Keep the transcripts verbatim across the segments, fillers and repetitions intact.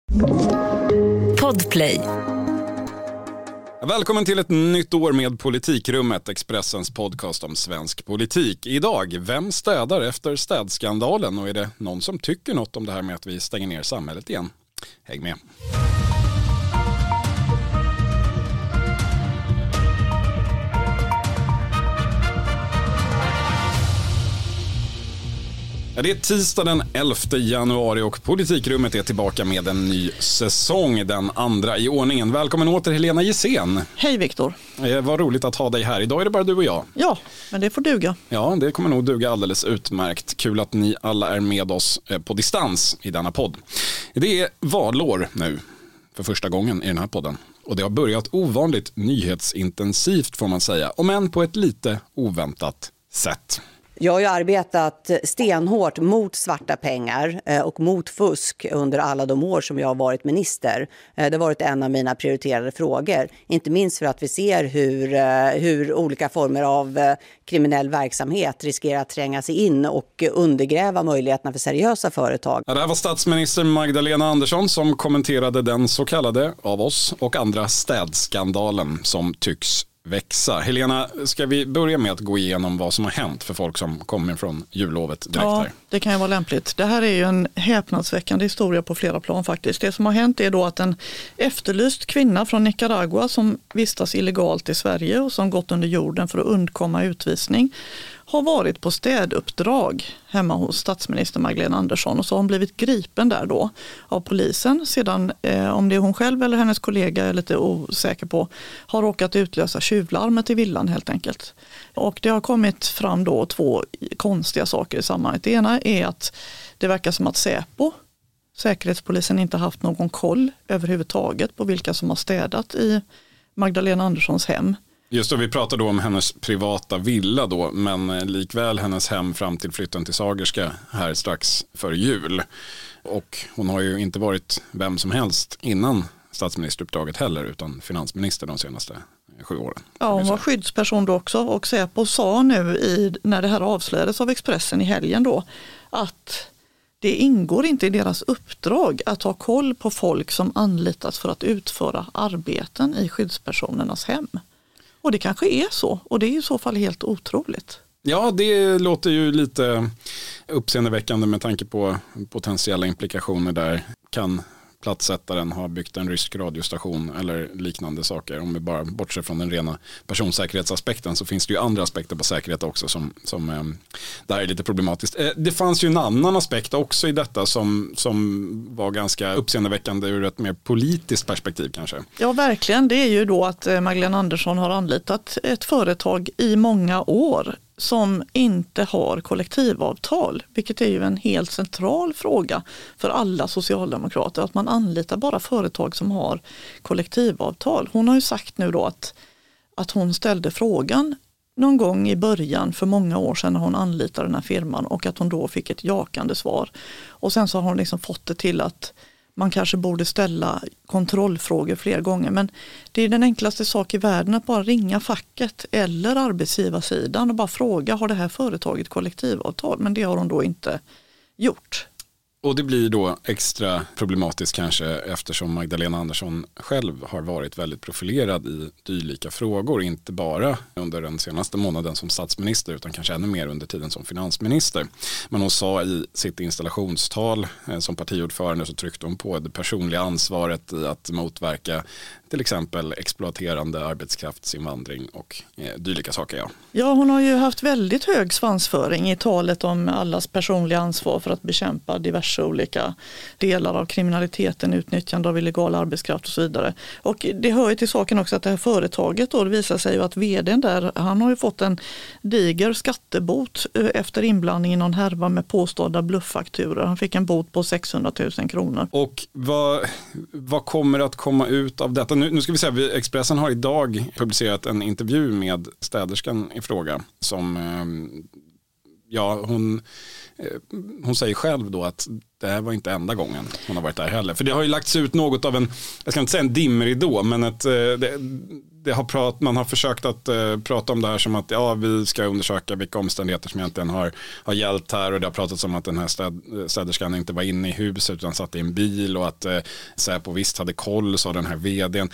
Podplay. Välkommen till ett nytt år med Politikrummet, Expressens podcast om svensk politik. Idag, vem städar efter städskandalen, och är det någon som tycker något om det här med att vi stänger ner samhället igen? Häng med! Det är tisdag den elfte januari och Politikrummet är tillbaka med en ny säsong, den andra i ordningen. Välkommen åter Helena Gissén. Hej Viktor. Eh, vad roligt att ha dig här. Idag är det bara du och jag. Ja, men det får duga. Ja, det kommer nog duga alldeles utmärkt. Kul att ni alla är med oss eh, på distans i denna podd. Det är valår nu för första gången i den här podden. Och det har börjat ovanligt nyhetsintensivt får man säga, om än på ett lite oväntat sätt. Jag har ju arbetat stenhårt mot svarta pengar och mot fusk under alla de år som jag har varit minister. Det har varit en av mina prioriterade frågor. Inte minst för att vi ser hur, hur olika former av kriminell verksamhet riskerar att tränga sig in och undergräva möjligheterna för seriösa företag. Ja, det här var statsminister Magdalena Andersson som kommenterade den så kallade av oss och andra städskandalen som tycks växa. Helena, ska vi börja med att gå igenom vad som har hänt för folk som kommer från jullovet direkt ja, här? Det kan ju vara lämpligt. Det här är ju en häpnadsväckande historia på flera plan faktiskt. Det som har hänt är då att en efterlyst kvinna från Nicaragua som vistas illegalt i Sverige och som gått under jorden för att undkomma utvisning har varit på städuppdrag hemma hos statsminister Magdalena Andersson, och så har hon blivit gripen där då av polisen. Sedan, eh, om det är hon själv eller hennes kollega, är lite osäker på, har råkat utlösa tjuvlarmet i villan helt enkelt. Och det har kommit fram då två konstiga saker i sammanhanget. Det ena är att det verkar som att Säpo, Säkerhetspolisen, inte haft någon koll överhuvudtaget på vilka som har städat i Magdalena Anderssons hem. Just då, vi pratar då om hennes privata villa då, men likväl hennes hem fram till flytten till Sagerska här strax före jul. Och hon har ju inte varit vem som helst innan statsministeruppdraget heller, utan finansminister de senaste sju åren. Ja, hon var skyddsperson då också, och Säpo sa nu i, när det här avslöjades av Expressen i helgen då, att det ingår inte i deras uppdrag att ha koll på folk som anlitas för att utföra arbeten i skyddspersonernas hem. Och det kanske är så, och det är i så fall helt otroligt. Ja, det låter ju lite uppseendeväckande med tanke på potentiella implikationer där. Kan platssättaren ha byggt en rysk radiostation eller liknande saker? Om vi bara bortser från den rena personsäkerhetsaspekten så finns det ju andra aspekter på säkerhet också som, som eh, där är lite problematiskt. Eh, det fanns ju en annan aspekt också i detta som, som var ganska uppseendeväckande ur ett mer politiskt perspektiv kanske. Ja, verkligen. Det är ju då att Magdalena Andersson har anlitat ett företag i många år som inte har kollektivavtal, vilket är ju en helt central fråga för alla socialdemokrater, att man anlitar bara företag som har kollektivavtal. Hon har ju sagt nu då att, att hon ställde frågan någon gång i början för många år sedan när hon anlitade den här firman, och att hon då fick ett jakande svar. Och sen så har hon liksom fått det till att man kanske borde ställa kontrollfrågor fler gånger. Men det är den enklaste sak i världen att bara ringa facket eller arbetsgivarsidan och bara fråga, har det här företaget kollektivavtal? Men det har hon då inte gjort. Och det blir då extra problematiskt kanske eftersom Magdalena Andersson själv har varit väldigt profilerad i dylika frågor, inte bara under den senaste månaden som statsminister utan kanske ännu mer under tiden som finansminister. Men hon sa i sitt installationstal eh, som partiordförande så tryckte hon på det personliga ansvaret i att motverka till exempel exploaterande arbetskraftsinvandring och eh, dylika saker. Ja. ja, hon har ju haft väldigt hög svansföring i talet om allas personliga ansvar för att bekämpa diverse olika delar av kriminaliteten, utnyttjande av illegal arbetskraft och så vidare. Och det hör ju till saken också att det här företaget då, det visar sig ju att vdn där, han har ju fått en diger skattebot efter inblandning i någon härva med påstådda blufffakturor. Han fick en bot på sexhundratusen kronor. Och vad, vad kommer att komma ut av detta? Nu, nu ska vi säga, vi, Expressen har idag publicerat en intervju med städerskan i fråga som ja, hon, hon säger själv då att det här var inte enda gången hon har varit där heller. För det har ju lagts ut något av en, jag ska inte säga en dimridå, men ett, det, det har prat, man har försökt att uh, prata om det här som att ja, vi ska undersöka vilka omständigheter som egentligen har, har gällt här, och det har pratats om att den här städ, städerskan inte var inne i huset utan satt i en bil, och att uh, Säpo visst hade koll, sa den här vdn.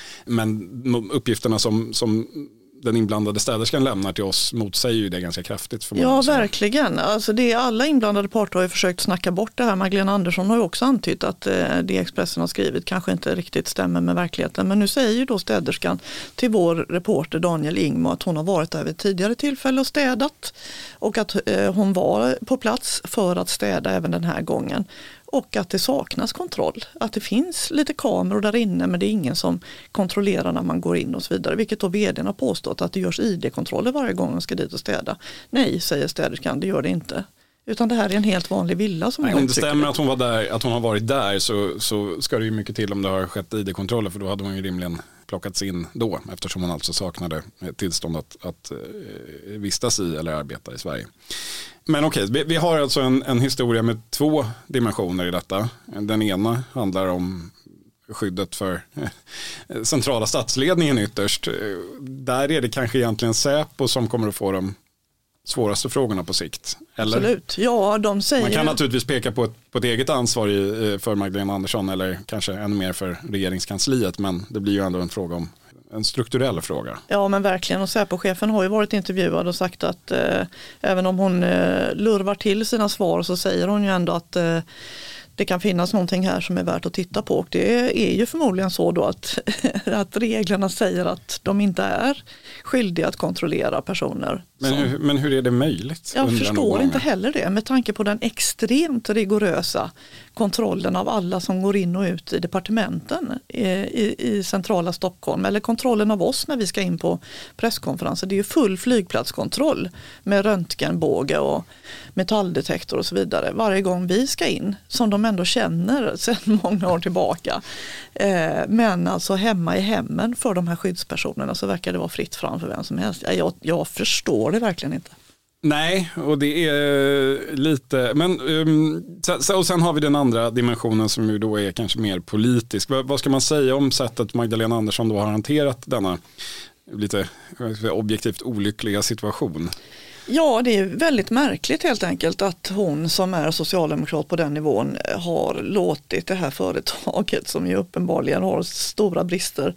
Men uppgifterna som, som den inblandade städerskan lämnar till oss motsäger ju det ganska kraftigt. För ja, verkligen. Alltså det är alla inblandade parter har ju försökt snacka bort det här. Magdalena Andersson har ju också antytt att eh, det Expressen har skrivit kanske inte riktigt stämmer med verkligheten. Men nu säger ju då städerskan till vår reporter Daniel Ingmo att hon har varit där vid tidigare tillfälle och städat, och att eh, hon var på plats för att städa även den här gången. Och att det saknas kontroll. Att det finns lite kameror där inne, men det är ingen som kontrollerar när man går in och så vidare. Vilket då vdn har påstått att det görs I D-kontroller varje gång man ska dit och städa. Nej, säger städerskan, det gör det inte. Utan det här är en helt vanlig villa som Nej, hon om det stämmer att hon, var där, att hon har varit där, så, så ska det ju mycket till om det har skett I D-kontroller, för då hade hon ju rimligen plockats in då, eftersom hon alltså saknade tillstånd att, att eh, vistas i eller arbeta i Sverige. Men okej, vi, vi har alltså en, en historia med två dimensioner i detta. Den ena handlar om skyddet för eh, centrala statsledningen ytterst. Där är det kanske egentligen Säpo som kommer att få de svåraste frågorna på sikt. Eller? Absolut, ja de säger... Man kan naturligtvis peka på ett, på ett eget ansvar i, för Magdalena Andersson, eller kanske ännu mer för regeringskansliet, men det blir ju ändå en fråga om en strukturell fråga. Ja, men verkligen, och Säpo-chefen har ju varit intervjuad och sagt att eh, även om hon eh, lurvar till sina svar, så säger hon ju ändå att eh, det kan finnas någonting här som är värt att titta på, och det är ju förmodligen så då att, att reglerna säger att de inte är skyldiga att kontrollera personer. Men hur, men hur är det möjligt? Jag förstår inte heller det, med tanke på den extremt rigorösa kontrollen av alla som går in och ut i departementen i, i, i centrala Stockholm, eller kontrollen av oss när vi ska in på presskonferenser. Det är ju full flygplatskontroll med röntgenbåge och metalldetektor och så vidare varje gång vi ska in, som de ändå känner sedan många år tillbaka. Eh, men alltså hemma i hemmen för de här skyddspersonerna så verkar det vara fritt fram för vem som helst. Jag, jag förstår det verkligen inte. Nej, och det är lite, men um, och sen har vi den andra dimensionen som ju då är kanske mer politisk. Vad, vad ska man säga om sättet Magdalena Andersson då har hanterat denna lite objektivt olyckliga situation? Ja, det är väldigt märkligt helt enkelt att hon som är socialdemokrat på den nivån har låtit det här företaget, som ju uppenbarligen har stora brister,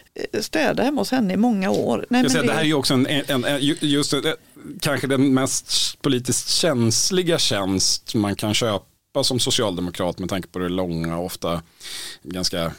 städa hemma hos henne i många år. Nej, men det... det... det här är ju också en, en, en just kanske den mest politiskt känsliga tjänst man kan köpa som socialdemokrat, med tanke på det långa, ofta ganska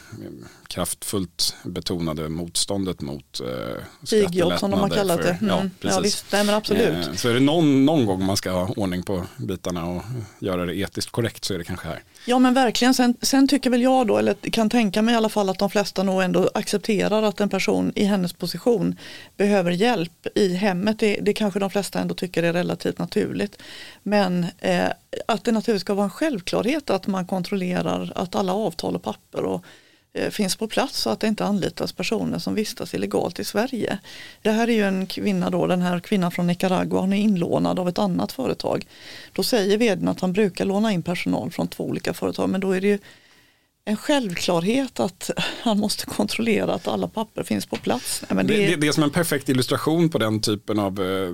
kraftfullt betonade motståndet mot eh, skattelättnader som de har kallat det. Mm. Ja, ja, visst, nej, men absolut. Eh, så är det någon, någon gång man ska ha ordning på bitarna och göra det etiskt korrekt, så är det kanske här. Ja, men verkligen. Sen, sen tycker väl jag då, eller kan tänka mig i alla fall, att de flesta nog ändå accepterar att en person i hennes position behöver hjälp i hemmet. Det, det kanske de flesta ändå tycker är relativt naturligt. Men eh, att det naturligtvis ska vara en självklarhet att man kontrollerar att alla avtal och papper och eh, finns på plats, så att det inte anlitas personer som vistas illegalt i Sverige. Det här är ju en kvinna då, den här kvinnan från Nicaragua, hon är inlånad av ett annat företag. Då säger vdn att han brukar låna in personal från två olika företag, men då är det ju en självklarhet att han måste kontrollera att alla papper finns på plats. Nej, men det, det, är... det, det är som en perfekt illustration på den typen av eh,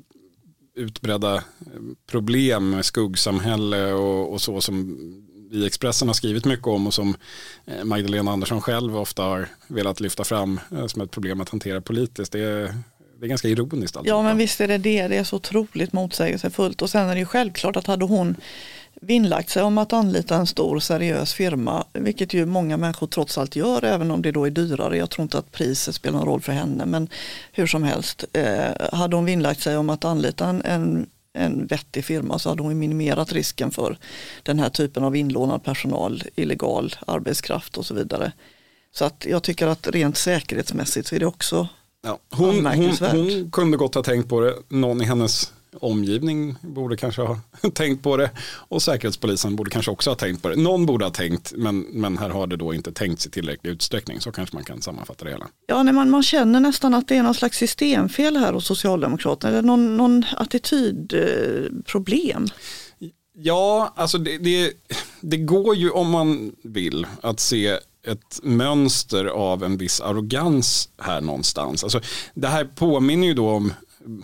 utbredda problem med skuggsamhälle och, och så, som i Expressen har skrivit mycket om, och som Magdalena Andersson själv ofta har velat lyfta fram som ett problem att hantera politiskt. Det är, det är ganska ironiskt. Alltså. Ja, men visst är det det. Det är så otroligt motsägelsefullt. Och sen är det ju självklart att hade hon vinnlagt sig om att anlita en stor seriös firma, vilket ju många människor trots allt gör, även om det då är dyrare. Jag tror inte att priset spelar någon roll för henne, men hur som helst, eh, hade hon vinnlagt sig om att anlita en, en, en vettig firma, så hade hon minimerat risken för den här typen av inlånad personal, illegal arbetskraft och så vidare. Så att jag tycker att rent säkerhetsmässigt så är det också ja, hon, hon, hon kunde gott ha tänkt på det. Någon i hennes omgivning borde kanske ha tänkt på det, och säkerhetspolisen borde kanske också ha tänkt på det. Någon borde ha tänkt, men, men här har det då inte tänkts i tillräcklig utsträckning, så kanske man kan sammanfatta det hela. Ja, när man, man känner nästan att det är någon slags systemfel här hos Socialdemokraterna, eller någon, någon attitydproblem. Ja, alltså det, det, det går ju, om man vill, att se ett mönster av en viss arrogans här någonstans. Alltså, det här påminner ju då om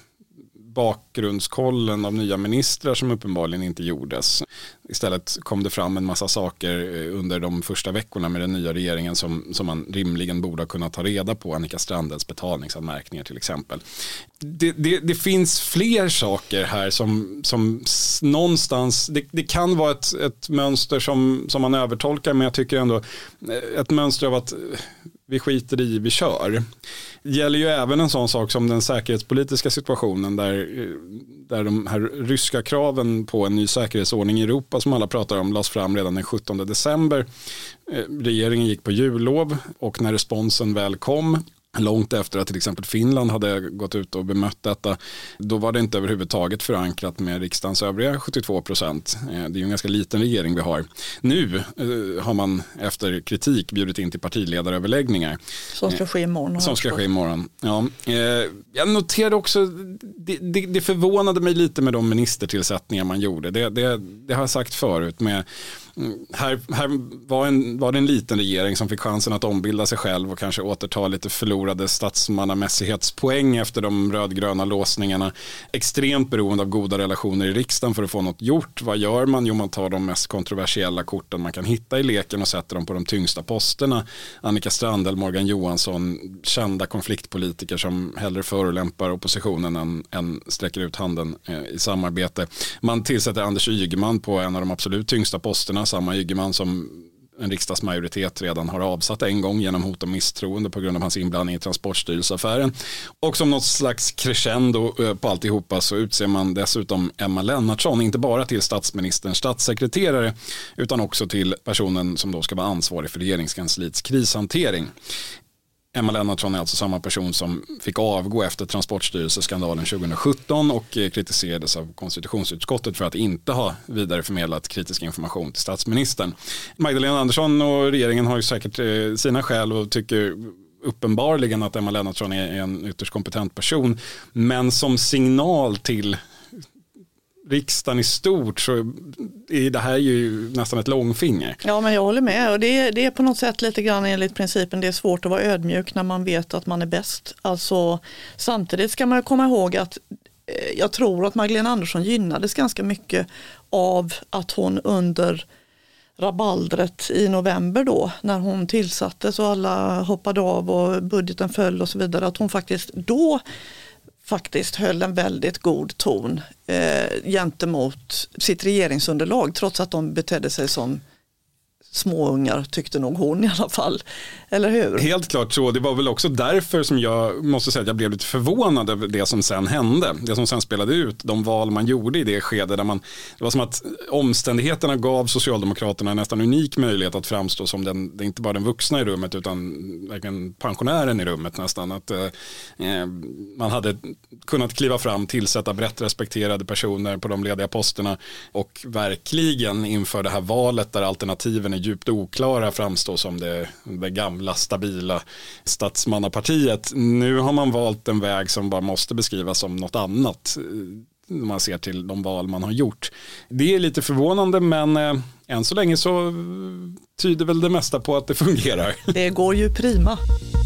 bakgrundskollen av nya ministrar som uppenbarligen inte gjordes. Istället kom det fram en massa saker under de första veckorna med den nya regeringen som, som man rimligen borde ha kunnat ta reda på. Annika Strandhälls betalningsanmärkningar till exempel. Det, det, det finns fler saker här som, som någonstans, det, det kan vara ett, ett mönster som, som man övertolkar, men jag tycker ändå ett mönster av att vi skiter i, vi kör. Det gäller ju även en sån sak som den säkerhetspolitiska situationen där, där de här ryska kraven på en ny säkerhetsordning i Europa som alla pratar om lades fram redan den sjuttonde december. Regeringen gick på jullov och när responsen väl kom, långt efter att till exempel Finland hade gått ut och bemött detta, då var det inte överhuvudtaget förankrat med riksdagens övriga sjuttiotvå procent. Det är ju en ganska liten regering vi har. Nu har man efter kritik bjudit in till partiledaröverläggningar. Som ska ske imorgon. Som ska ske imorgon. Ja. Jag noterade också, det, det, det förvånade mig lite med de ministertillsättningar man gjorde. Det, det, det har jag sagt förut med Här, här var, en, var det en liten regering som fick chansen att ombilda sig själv och kanske återta lite förlorade statsmannamässighetspoäng efter de rödgröna låsningarna. Extremt beroende av goda relationer i riksdagen för att få något gjort. Vad gör man? Jo, man tar de mest kontroversiella korten man kan hitta i leken och sätter dem på de tyngsta posterna. Annika Strandhäll, Morgan Johansson, kända konfliktpolitiker som hellre förolämpar oppositionen än, än sträcker ut handen eh, i samarbete. Man tillsätter Anders Ygeman på en av de absolut tyngsta posterna. Samma Ygeman som en riksdagsmajoritet redan har avsatt en gång genom hot och misstroende på grund av hans inblandning i Transportstyrelseaffären. Och som något slags crescendo på alltihopa så utser man dessutom Emma Lennartsson inte bara till statsministerns statssekreterare utan också till personen som då ska vara ansvarig för regeringskansliets krishantering. Emma Lennartsson är alltså samma person som fick avgå efter Transportstyrelseskandalen tjugohundrasjutton och kritiserades av konstitutionsutskottet för att inte ha vidareförmedlat kritisk information till statsministern. Magdalena Andersson och regeringen har ju säkert sina skäl och tycker uppenbarligen att Emma Lennartsson är en ytterst kompetent person, men som signal till riksdagen i stort så är det här ju nästan ett långfinger. Ja, men jag håller med och det är, det är på något sätt lite grann enligt principen det är svårt att vara ödmjuk när man vet att man är bäst. Alltså samtidigt ska man komma ihåg att eh, jag tror att Magdalena Andersson gynnades ganska mycket av att hon under rabaldret i november då när hon tillsattes och alla hoppade av och budgeten föll och så vidare, att hon faktiskt då faktiskt höll en väldigt god ton eh, gentemot sitt regeringsunderlag trots att de betedde sig som småungar, tyckte nog hon i alla fall. Eller hur? Helt klart så. Det var väl också därför som jag måste säga att jag blev lite förvånad över det som sen hände. Det som sen spelade ut, de val man gjorde i det skede där man, det var som att omständigheterna gav Socialdemokraterna en nästan unik möjlighet att framstå som den, det är inte bara den vuxna i rummet utan verkligen pensionären i rummet nästan. Att eh, man hade kunnat kliva fram, tillsätta brett respekterade personer på de lediga posterna och verkligen inför det här valet där alternativen är djupt oklara framstå som det, det gamla stabila statsmannapartiet. Nu har man valt en väg som bara måste beskrivas som något annat när man ser till de val man har gjort. Det är lite förvånande men eh, än så länge så tyder väl det mesta på att det fungerar. Det går ju prima.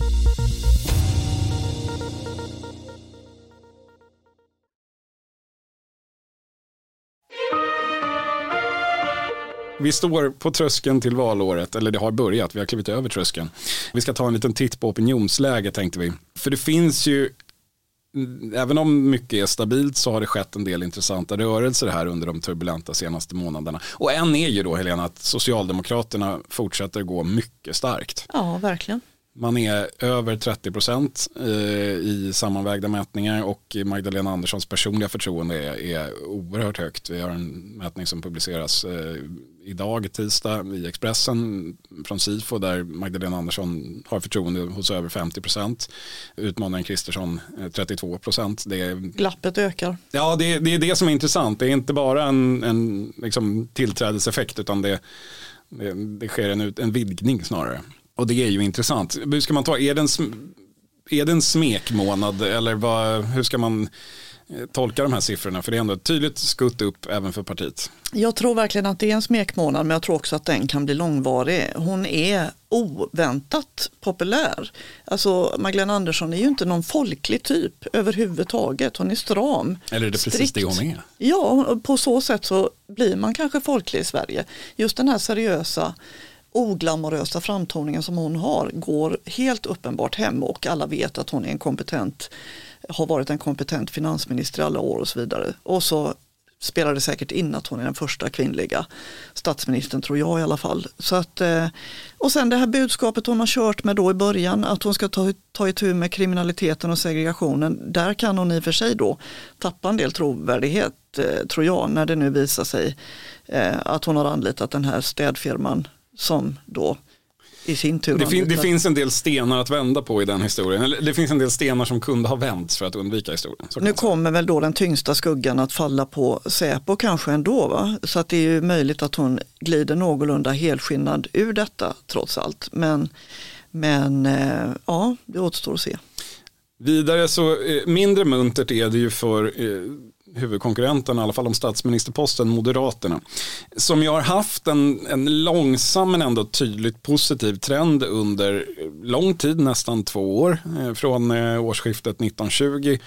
Vi står på tröskeln till valåret, eller det har börjat, vi har klivit över tröskeln. Vi ska ta en liten titt på opinionsläget tänkte vi. För det finns ju, även om mycket är stabilt så har det skett en del intressanta rörelser här under de turbulenta senaste månaderna. Och en är ju då, Helena, att Socialdemokraterna fortsätter gå mycket starkt. Ja, verkligen. Man är över trettio procent i sammanvägda mätningar och Magdalena Anderssons personliga förtroende är, är oerhört högt. Vi har en mätning som publiceras idag, tisdag, i Expressen från Sifo där Magdalena Andersson har förtroende hos över femtio procent. Utmanaren Kristersson trettiotvå procent. Det är, glappet ökar. Ja, det, det är det som är intressant. Det är inte bara en, en liksom, tillträdeseffekt utan det, det, det sker en, en vidgning snarare. Och det är ju intressant. Hur ska man ta, är det en, är det en smekmånad eller vad, hur ska man tolka de här siffrorna? För det är ändå ett tydligt skutt upp även för partiet. Jag tror verkligen att det är en smekmånad, men jag tror också att den kan bli långvarig. Hon är oväntat populär. Alltså Magdalena Andersson är ju inte någon folklig typ överhuvudtaget. Hon är stram. Eller är det strikt. Precis det hon är? Ja, på så sätt så blir man kanske folklig i Sverige. Just den här seriösa, oglamorösa framtoningen som hon har går helt uppenbart hem, och alla vet att hon är en kompetent, har varit en kompetent finansminister i alla år och så vidare. Och så spelar det säkert in att hon är den första kvinnliga statsministern, tror jag i alla fall. Så att, och sen det här budskapet hon har kört med då i början, att hon ska ta, ta itu med kriminaliteten och segregationen. Där kan hon i och för sig då tappa en del trovärdighet, tror jag, när det nu visar sig att hon har anlitat den här städfirman som då i sin tur. Det, fin- det finns en del stenar att vända på i den historien. Eller det finns en del stenar som kunde ha vänts för att undvika historien. Nu kommer väl då den tyngsta skuggan att falla på Säpo kanske ändå, va? Så att det är ju möjligt att hon glider någorlunda helskinnad ur detta trots allt. Men, men eh, ja, det återstår att se. Vidare så eh, mindre muntert är det ju för eh, huvudkonkurrenten, i alla fall om statsministerposten, Moderaterna, som ju har haft en, en långsam men ändå tydligt positiv trend under lång tid, nästan två år, eh, från eh, årsskiftet nitton tjugo.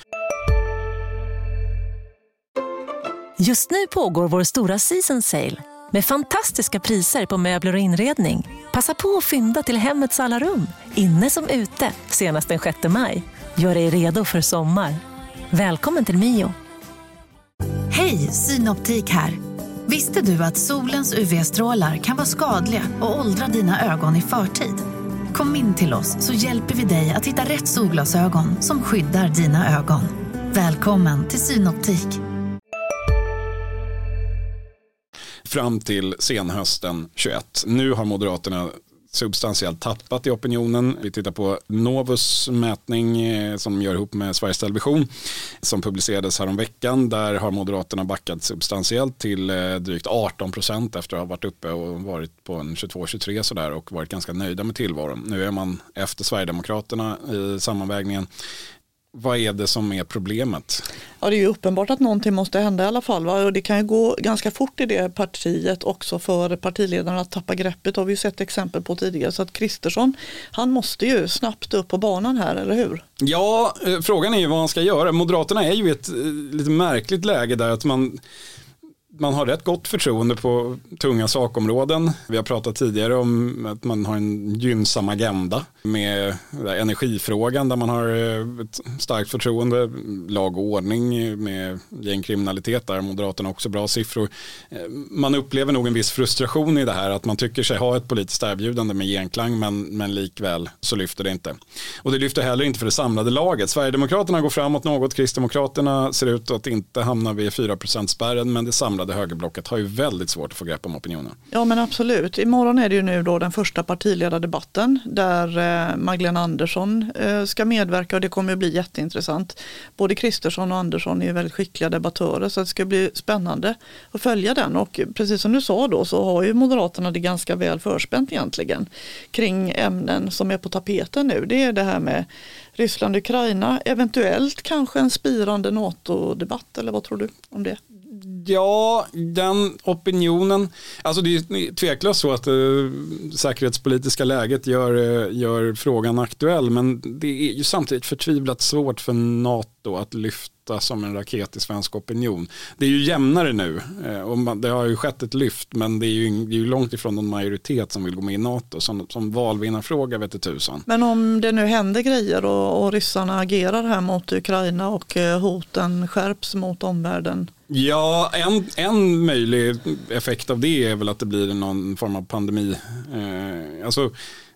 Just nu pågår vår stora season sale med fantastiska priser på möbler och inredning. Passa på att fynda till hemmets alla rum, inne som ute, senast den sjätte maj. Gör dig redo för sommar. Välkommen till Mio. Hej, Synoptik här. Visste du att solens U V-strålar kan vara skadliga och åldra dina ögon i förtid? Kom in till oss så hjälper vi dig att hitta rätt solglasögon som skyddar dina ögon. Välkommen till Synoptik. Fram till senhösten tjugoett. Nu har Moderaterna substantiellt tappat i opinionen. Vi tittar på Novus mätning eh, som gör ihop med Sveriges Television som publicerades här om veckan. Där har Moderaterna backat substantiellt till eh, drygt arton procent efter att ha varit uppe och varit på en tjugotvå tjugotre sådär och varit ganska nöjda med tillvaron. Nu är man efter Sverigedemokraterna i sammanvägningen. Vad är det som är problemet? Ja, det är ju uppenbart att någonting måste hända i alla fall. Va? Och det kan ju gå ganska fort i det partiet också för partiledarna att tappa greppet. Har vi ju sett exempel på tidigare. Så att Kristersson, han måste ju snabbt upp på banan här, eller hur? Ja, frågan är ju vad han ska göra. Moderaterna är ju i ett lite märkligt läge där att man... Man har rätt gott förtroende på tunga sakområden. Vi har pratat tidigare om att man har en gynnsam agenda med energifrågan där man har ett starkt förtroende, lag och ordning med gängkriminalitet där Moderaterna också bra siffror. Man upplever nog en viss frustration i det här att man tycker sig ha ett politiskt erbjudande med genklang men, men likväl så lyfter det inte. Och det lyfter heller inte för det samlade laget. Sverigedemokraterna går framåt något, Kristdemokraterna ser ut att inte hamna vid fyra procent-spärren men det samlade högerblocket har ju väldigt svårt att få grepp om opinionen. Ja men absolut. Imorgon är det ju nu då den första partiledardebatten där eh, Magdalena Andersson eh, ska medverka och det kommer att bli jätteintressant. Både Kristersson och Andersson är ju väldigt skickliga debattörer så det ska bli spännande att följa den och precis som du sa då så har ju Moderaterna det ganska väl förspänt egentligen kring ämnen som är på tapeten nu. Det är det här med Ryssland och Ukraina, eventuellt kanske en spirande NATO-debatt eller vad tror du om det? Ja, den opinionen, alltså det är tveklöst så att det säkerhetspolitiska läget gör, gör frågan aktuell men det är ju samtidigt förtvivlat svårt för NATO att lyfta som en raket i svensk opinion. Det är ju jämnare nu och det har ju skett ett lyft men det är ju, det är ju långt ifrån någon majoritet som vill gå med i NATO som, som valvinnarfråga vet du tusan. Men om det nu händer grejer och, och ryssarna agerar här mot Ukraina och hoten skärps mot omvärlden. Ja, en, en möjlig effekt av det är väl att det blir någon form av pandemi. Eh, alltså,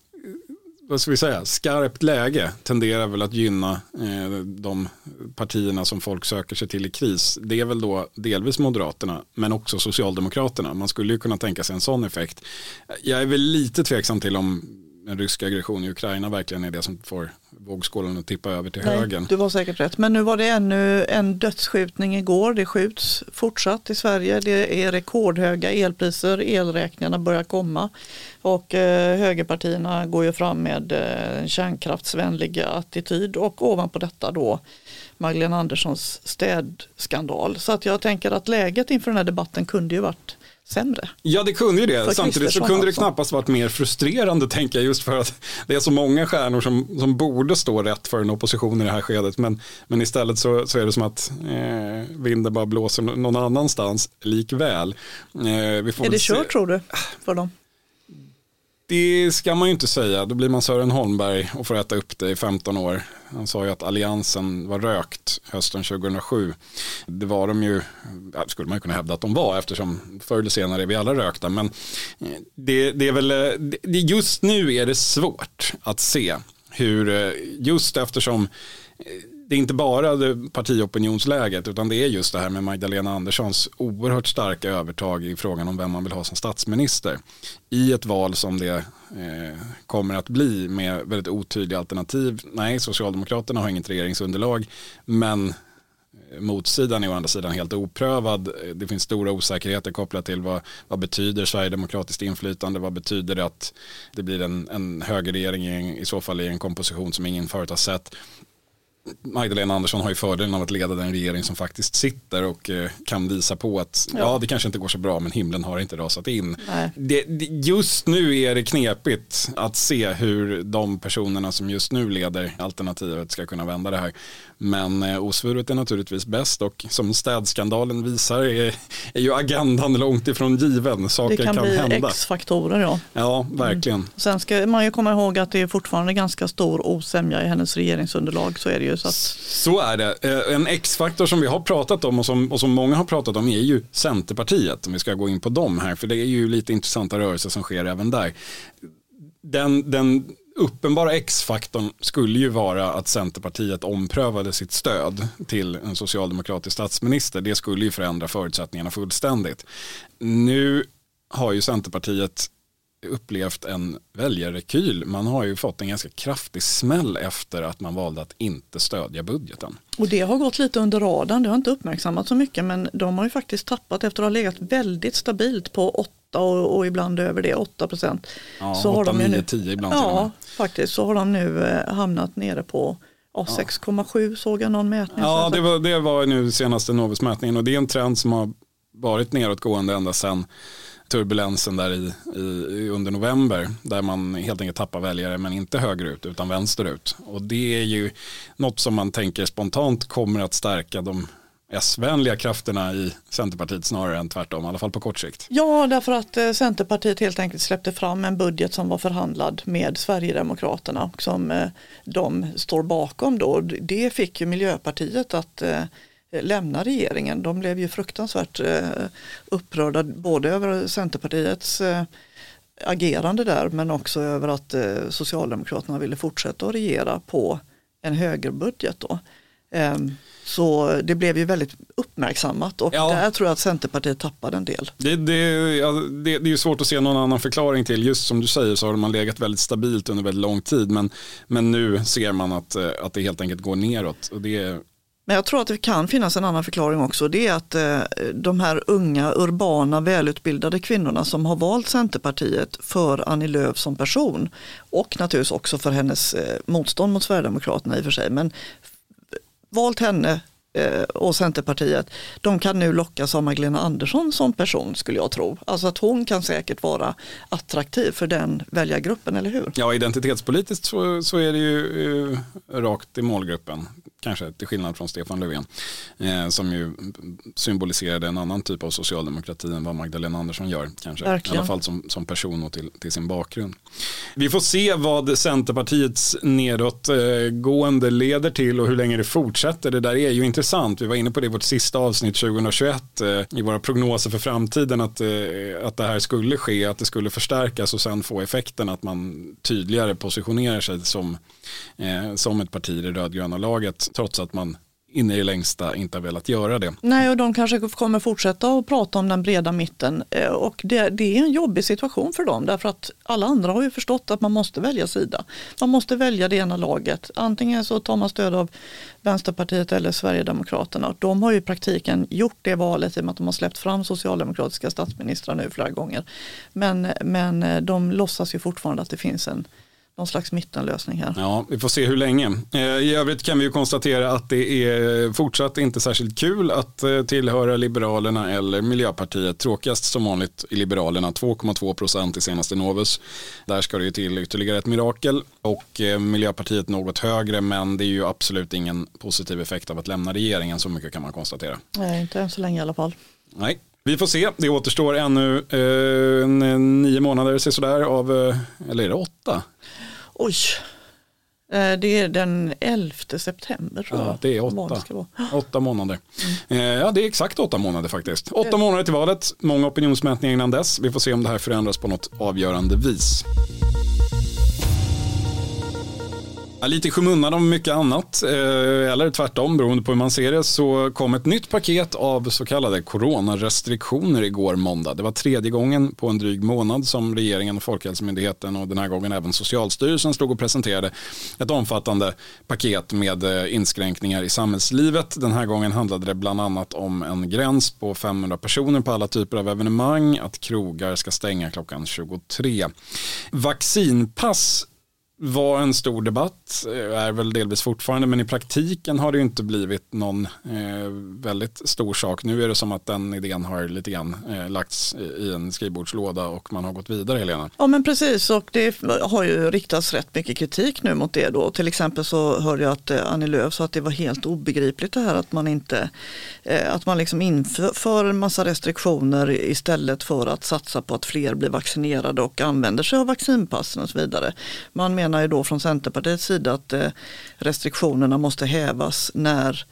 vad ska vi säga? Skarpt läge tenderar väl att gynna eh, de partierna som folk söker sig till i kris. Det är väl då delvis Moderaterna men också Socialdemokraterna. Man skulle ju kunna tänka sig en sån effekt. Jag är väl lite tveksam till om en rysk aggression i Ukraina verkligen är det som får vågskålen att tippa över till Nej, högen. Du var säkert rätt. Men nu var det ännu en dödsskjutning igår. Det skjuts fortsatt i Sverige. Det är rekordhöga elpriser. Elräkningarna börjar komma. Och eh, högerpartierna går ju fram med eh, kärnkraftsvänlig attityd. Och ovanpå detta då Magdalena Anderssons städskandal. Så att jag tänker att läget inför den här debatten kunde ju varit sämre. Ja, det kunde ju det. För Samtidigt så kunde det knappast varit mer frustrerande, tänker jag, just för att det är så många stjärnor som, som borde stå rätt för en opposition i det här skedet. Men, men istället så, så är det som att eh, vinden bara blåser någon annanstans likväl. Eh, vi får är det se. kört, tror du, för dem? Det ska man ju inte säga. Då blir man Sören Holmberg och får äta upp det i femton år. Han sa ju att alliansen var rökt hösten tjugohundrasju. Det var de ju, skulle man ju kunna hävda att de var, eftersom förr eller senare är vi alla rökta. Men det, det är väl, det, just nu är det svårt att se hur, just eftersom det är inte bara det partiopinionsläget, utan det är just det här med Magdalena Anderssons oerhört starka övertag i frågan om vem man vill ha som statsminister. I ett val som det eh, kommer att bli med väldigt otydliga alternativ. Nej, Socialdemokraterna har inget regeringsunderlag, men motsidan är å andra sidan helt oprövad. Det finns stora osäkerheter kopplat till vad, vad betyder sverigedemokratiskt inflytande, vad betyder det att det blir en, en högerregering i, i så fall i en komposition som ingen förut har sett. Magdalena Andersson har ju fördelen av att leda den regering som faktiskt sitter och eh, kan visa på att ja. ja, det kanske inte går så bra, men himlen har inte rasat in. Det, det, just nu är det knepigt att se hur de personerna som just nu leder alternativet ska kunna vända det här. Men eh, osvuret är naturligtvis bäst, och som städskandalen visar är, är ju agendan långt ifrån given. Saker det kan, kan bli hända. X-faktorer, ja. Ja, verkligen. Mm. Sen ska man ju komma ihåg att det är fortfarande ganska stor osämja i hennes regeringsunderlag, så är det ju. Så, att... så är det. En X-faktor som vi har pratat om och som, och som många har pratat om är ju Centerpartiet, om vi ska gå in på dem här, för det är ju lite intressanta rörelser som sker även där. Den, den uppenbara X-faktorn skulle ju vara att Centerpartiet omprövade sitt stöd till en socialdemokratisk statsminister. Det skulle ju förändra förutsättningarna fullständigt. Nu har ju Centerpartiet upplevt en väljarrekyl. Man har ju fått en ganska kraftig smäll efter att man valde att inte stödja budgeten. Och det har gått lite under radarn, det har inte uppmärksammat så mycket, men de har ju faktiskt tappat efter att ha legat väldigt stabilt på åtta och, och ibland över det, åtta procent. Ja, så åtta, har de nio, tio ibland. Ja, faktiskt, så har de nu eh, hamnat nere på ja, sex komma sju, såg jag någon mätning. Ja, det var, det var nu senaste Novus-mätningen, och det är en trend som har varit nedåtgående ända sedan turbulensen där i, i, under november, där man helt enkelt tappar väljare, men inte högerut utan vänsterut. Och det är ju något som man tänker spontant kommer att stärka de S-vänliga krafterna i Centerpartiet snarare än tvärtom, i alla fall på kort sikt. Ja, därför att eh, Centerpartiet helt enkelt släppte fram en budget som var förhandlad med Sverigedemokraterna, som eh, de står bakom då. Det fick ju Miljöpartiet att eh, lämna regeringen. De blev ju fruktansvärt eh, upprörda både över Centerpartiets eh, agerande där, men också över att eh, Socialdemokraterna ville fortsätta att regera på en högerbudget då. Eh, så det blev ju väldigt uppmärksammat, och ja. Där tror jag att Centerpartiet tappade en del. Det, det, ja, det, det är ju svårt att se någon annan förklaring till. Just som du säger så har man legat väldigt stabilt under väldigt lång tid, men, men nu ser man att, att det helt enkelt går neråt, och det är... Men jag tror att det kan finnas en annan förklaring också. Det är att eh, de här unga, urbana, välutbildade kvinnorna som har valt Centerpartiet för Annie Lööf som person, och naturligtvis också för hennes eh, motstånd mot Sverigedemokraterna i och för sig, men f- valt henne eh, och Centerpartiet, de kan nu lockas av Magdalena Andersson som person, skulle jag tro. Alltså att hon kan säkert vara attraktiv för den väljargruppen, eller hur? Ja, identitetspolitiskt så, så är det ju eh, rakt i målgruppen. Kanske till skillnad från Stefan Löfven, eh, som ju symboliserade en annan typ av socialdemokrati än vad Magdalena Andersson gör, kanske. Verkligen. I alla fall som, som person och till, till sin bakgrund. Vi får se vad Centerpartiets nedåtgående leder till och hur länge det fortsätter. Det där är ju intressant. Vi var inne på det i vårt sista avsnitt tjugohundratjugoett eh, i våra prognoser för framtiden, att, eh, att det här skulle ske, att det skulle förstärkas och sen få effekten att man tydligare positionerar sig som, eh, som ett parti i det rödgröna laget, trots att man in i det längsta inte har velat göra det. Nej, och de kanske kommer fortsätta att prata om den breda mitten och det, det är en jobbig situation för dem därför att alla andra har ju förstått att man måste välja sida. Man måste välja det ena laget. Antingen så tar man stöd av Vänsterpartiet eller Sverigedemokraterna. De har ju i praktiken gjort det valet i och med att de har släppt fram socialdemokratiska statsministrar nu flera gånger. Men, men de låtsas ju fortfarande att det finns en någon slags mittenlösning här. Ja, vi får se hur länge. I övrigt kan vi ju konstatera att det är fortsatt inte särskilt kul att tillhöra Liberalerna eller Miljöpartiet. Tråkigast som vanligt i Liberalerna, två komma två procent i senaste Novus. Där ska det ju till ytterligare ett mirakel och Miljöpartiet något högre, men det är ju absolut ingen positiv effekt av att lämna regeringen, så mycket kan man konstatera. Nej, inte än så länge i alla fall. Nej. Vi får se, det återstår ännu eh, nio månader så sådär av, eh, eller är det åtta? Oj, eh, det är den elfte september tror jag. Ja, det är åtta, det åtta månader. Mm. Eh, ja, det är exakt åtta månader faktiskt. Åtta det... månader till valet, många opinionsmätningar innan dess. Vi får se om det här förändras på något avgörande vis. Ja, lite i skymundan om mycket annat, eller tvärtom beroende på hur man ser det, så kom ett nytt paket av så kallade coronarestriktioner igår måndag. Det var tredje gången på en dryg månad som regeringen och Folkhälsomyndigheten och den här gången även Socialstyrelsen stod och presenterade ett omfattande paket med inskränkningar i samhällslivet. Den här gången handlade det bland annat om en gräns på femhundra personer på alla typer av evenemang, att krogar ska stänga klockan tjugotre. Vaccinpass var en stor debatt, är väl delvis fortfarande, men i praktiken har det ju inte blivit någon eh, väldigt stor sak. Nu är det som att den idén har lite grann eh, lagts i en skrivbordslåda och man har gått vidare, Helena. Ja, men precis, och det har ju riktats rätt mycket kritik nu mot det då. Till exempel så hörde jag att eh, Annie Lööf sa att det var helt obegripligt det här att man inte eh, att man liksom inför en massa restriktioner istället för att satsa på att fler blir vaccinerade och använder sig av vaccinpassen och så vidare. Man menar ju då från Centerpartiets sida att restriktionerna måste hävas när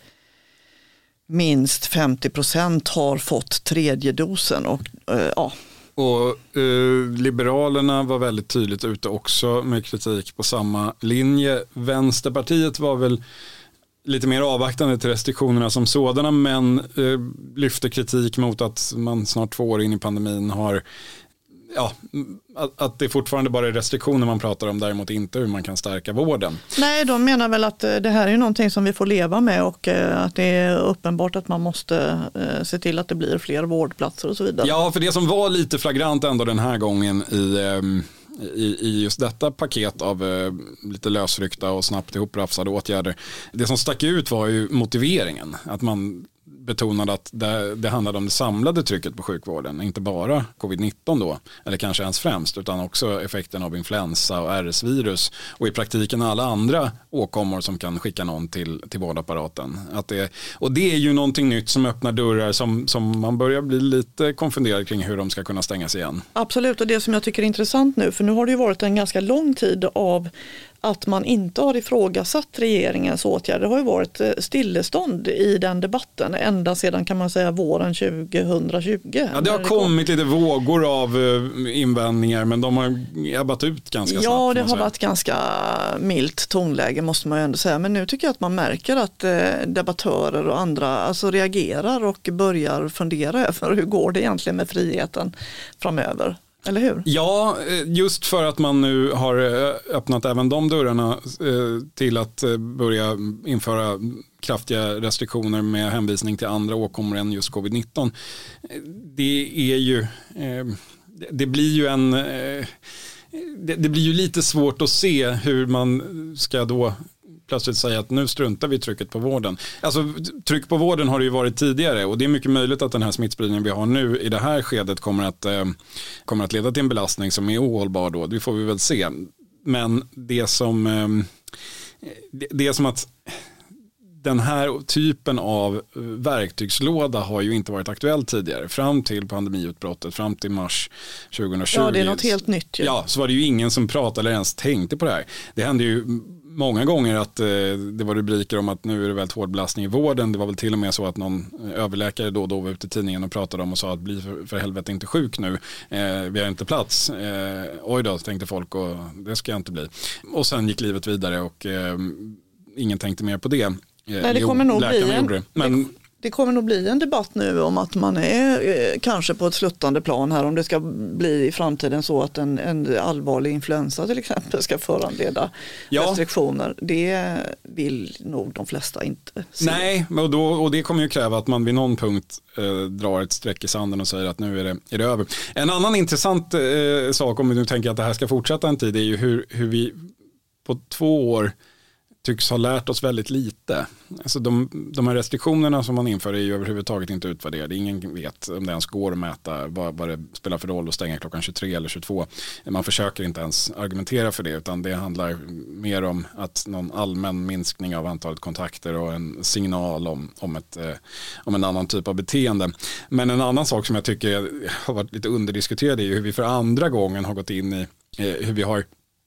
minst femtio procent har fått tredje dosen. Och, ja. och eh, Liberalerna var väldigt tydligt ute också med kritik på samma linje. Vänsterpartiet var väl lite mer avvaktande till restriktionerna som sådana, men eh, lyfte kritik mot att man snart två år in i pandemin har Ja, att, att det fortfarande bara är restriktioner man pratar om, däremot inte hur man kan stärka vården. Nej, de menar väl att det här är någonting som vi får leva med och att det är uppenbart att man måste se till att det blir fler vårdplatser och så vidare. Ja, för det som var lite flagrant ändå den här gången i, i, i just detta paket av lite lösryckta och snabbt ihoprafsade åtgärder, det som stack ut var ju motiveringen, att man betonade att det, det handlade om det samlade trycket på sjukvården, inte bara covid nitton då, eller kanske ens främst, utan också effekten av influensa och R S-virus och i praktiken alla andra åkommor som kan skicka någon till, till vårdapparaten. Att det, och det är ju någonting nytt som öppnar dörrar som, som man börjar bli lite konfunderad kring hur de ska kunna stängas igen. Absolut, och det som jag tycker är intressant nu, för nu har det ju varit en ganska lång tid av att man inte har ifrågasatt regeringens åtgärder. Det har ju varit stillestånd i den debatten ända sedan kan man säga våren tjugohundratjugo. Ja, det har kommit lite vågor av invändningar, men de har ebbat ut ganska snabbt. Ja, det har varit ganska milt tonläge måste man ju ändå säga. Men nu tycker jag att man märker att debattörer och andra alltså reagerar och börjar fundera över hur går det egentligen med friheten framöver. Eller hur? Ja, just för att man nu har öppnat även de dörrarna till att börja införa kraftiga restriktioner med hänvisning till andra åkommor än just covid nitton. Det är ju, det blir ju en, det blir ju lite svårt att se hur man ska då plötsligt säga att nu struntar vi trycket på vården. Alltså tryck på vården har det ju varit tidigare och det är mycket möjligt att den här smittspridningen vi har nu i det här skedet kommer att, eh, kommer att leda till en belastning som är ohållbar då. Det får vi väl se. Men det som eh, det, det är som att den här typen av verktygslåda har ju inte varit aktuell tidigare. Fram till pandemiutbrottet, fram till mars tjugohundratjugo. Ja, det är något helt nytt. Ju. Ja, så var det ju ingen som pratade eller ens tänkte på det här. Det hände ju många gånger att eh, det var rubriker om att nu är det väldigt hård belastning i vården. Det var väl till och med så att någon överläkare då och då var ute i tidningen och pratade om och sa att bli för, för helvete inte sjuk nu. Eh, vi har inte plats. Eh, oj då, tänkte folk, och det ska jag inte bli. Och sen gick livet vidare och eh, ingen tänkte mer på det. Nej, det kommer nog bli en, det. Men, det, det kommer nog bli en debatt nu om att man är eh, kanske på ett sluttande plan här, om det ska bli i framtiden så att en, en allvarlig influensa till exempel ska föranleda ja. restriktioner. Det vill nog de flesta inte se. Nej, och, då, och det kommer ju kräva att man vid någon punkt eh, drar ett streck i sanden och säger att nu är det, är det över. En annan intressant eh, sak, om vi nu tänker att det här ska fortsätta en tid, är ju hur, hur vi på två år tycks ha lärt oss väldigt lite. Alltså de, de här restriktionerna som man inför är ju överhuvudtaget inte utvärderade. Ingen vet om det ens går att mäta vad, vad det spelar för roll att stänga klockan tjugotre eller tjugotvå. Man försöker inte ens argumentera för det, utan det handlar mer om att någon allmän minskning av antalet kontakter och en signal om, om, ett, eh, om en annan typ av beteende. Men en annan sak som jag tycker har varit lite underdiskuterad är ju hur vi för andra gången har gått in i eh, hur vi har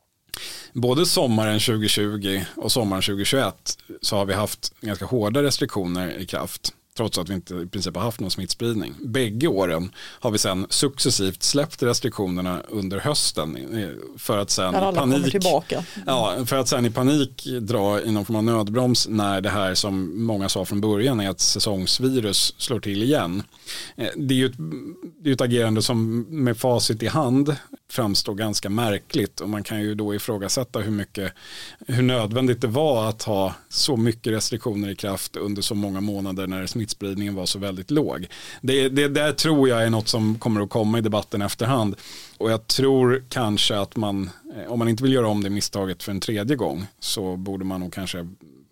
både sommaren tjugo tjugo och sommaren tjugo tjugoett så har vi haft ganska hårda restriktioner i kraft, trots att vi inte i princip har haft någon smittspridning. Bägge åren har vi sedan successivt släppt restriktionerna under hösten för att sen när alla panik, kommer tillbaka. Ja, för att sen i panik dra i någon form av nödbroms när det här som många sa från början är att säsongsvirus slår till igen. Det är ju ett, det är ett agerande som med facit i hand framstår ganska märkligt, och man kan ju då ifrågasätta hur mycket, hur nödvändigt det var att ha så mycket restriktioner i kraft under så många månader när smittspridningen var så väldigt låg. Det, det där tror jag är något som kommer att komma i debatten efterhand, och jag tror kanske att man, om man inte vill göra om det misstaget för en tredje gång, så borde man nog kanske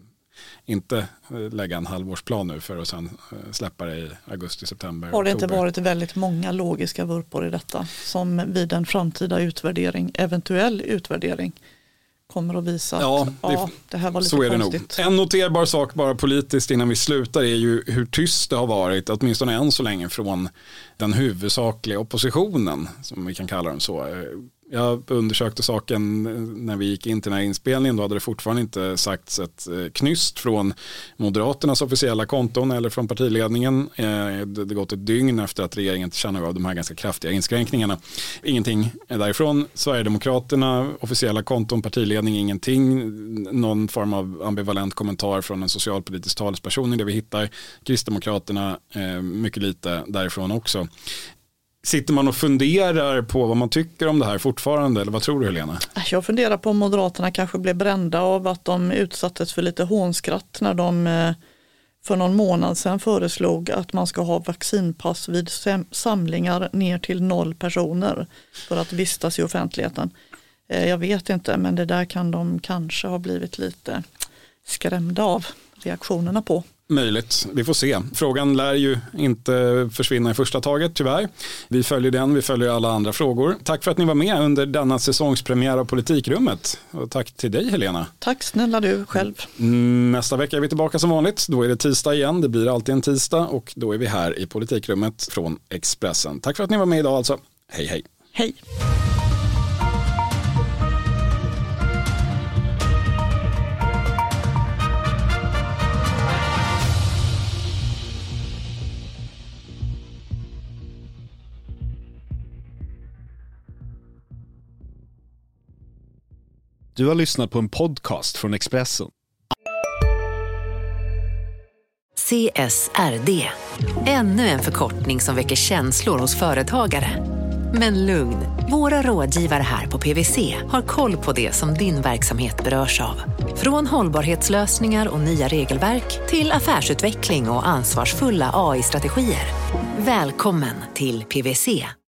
inte lägga en halvårsplan nu för att sen släppa det i augusti, september, Har det inte oktober. varit väldigt många logiska vurpor i detta som vid en framtida utvärdering, eventuell utvärdering, kommer att visa ja, att det, ja, det här var lite så är konstigt. det nog. En noterbar sak bara politiskt innan vi slutar är ju hur tyst det har varit, åtminstone än så länge, från den huvudsakliga oppositionen, som vi kan kalla dem så. Jag undersökte saken när vi gick in till den här inspelningen. Då hade det fortfarande inte sagts ett knyst från Moderaternas officiella konton eller från partiledningen. Det hade gått ett dygn efter att regeringen tillkännagav de här ganska kraftiga inskränkningarna. Ingenting därifrån. Sverigedemokraterna, officiella konton, partiledning, ingenting. Någon form av ambivalent kommentar från en socialpolitisk talesperson i det vi hittar. Kristdemokraterna, mycket lite därifrån också. Sitter man och funderar på vad man tycker om det här fortfarande, eller vad tror du, Helena? Jag funderar på om Moderaterna kanske blev brända av att de utsattes för lite hånskratt när de för någon månad sedan föreslog att man ska ha vaccinpass vid samlingar ner till noll personer för att vistas i offentligheten. Jag vet inte, men det där kan de kanske ha blivit lite skrämda av reaktionerna på. Möjligt, vi får se. Frågan lär ju inte försvinna i första taget, tyvärr. Vi följer den, vi följer alla andra frågor. Tack för att ni var med under denna säsongspremiär av Politikrummet. Och tack till dig, Helena. Tack snälla du själv. Nästa vecka är vi tillbaka som vanligt. Då är det tisdag igen, det blir alltid en tisdag, och då är vi här i Politikrummet från Expressen. Tack för att ni var med idag alltså. Hej hej. Hej. Du har lyssnat på en podcast från Expressen. C S R D. Ännu en förkortning som väcker känslor hos företagare. Men lugn, våra rådgivare här på P W C har koll på det som din verksamhet berörs av. Från hållbarhetslösningar och nya regelverk till affärsutveckling och ansvarsfulla A I-strategier. Välkommen till P W C.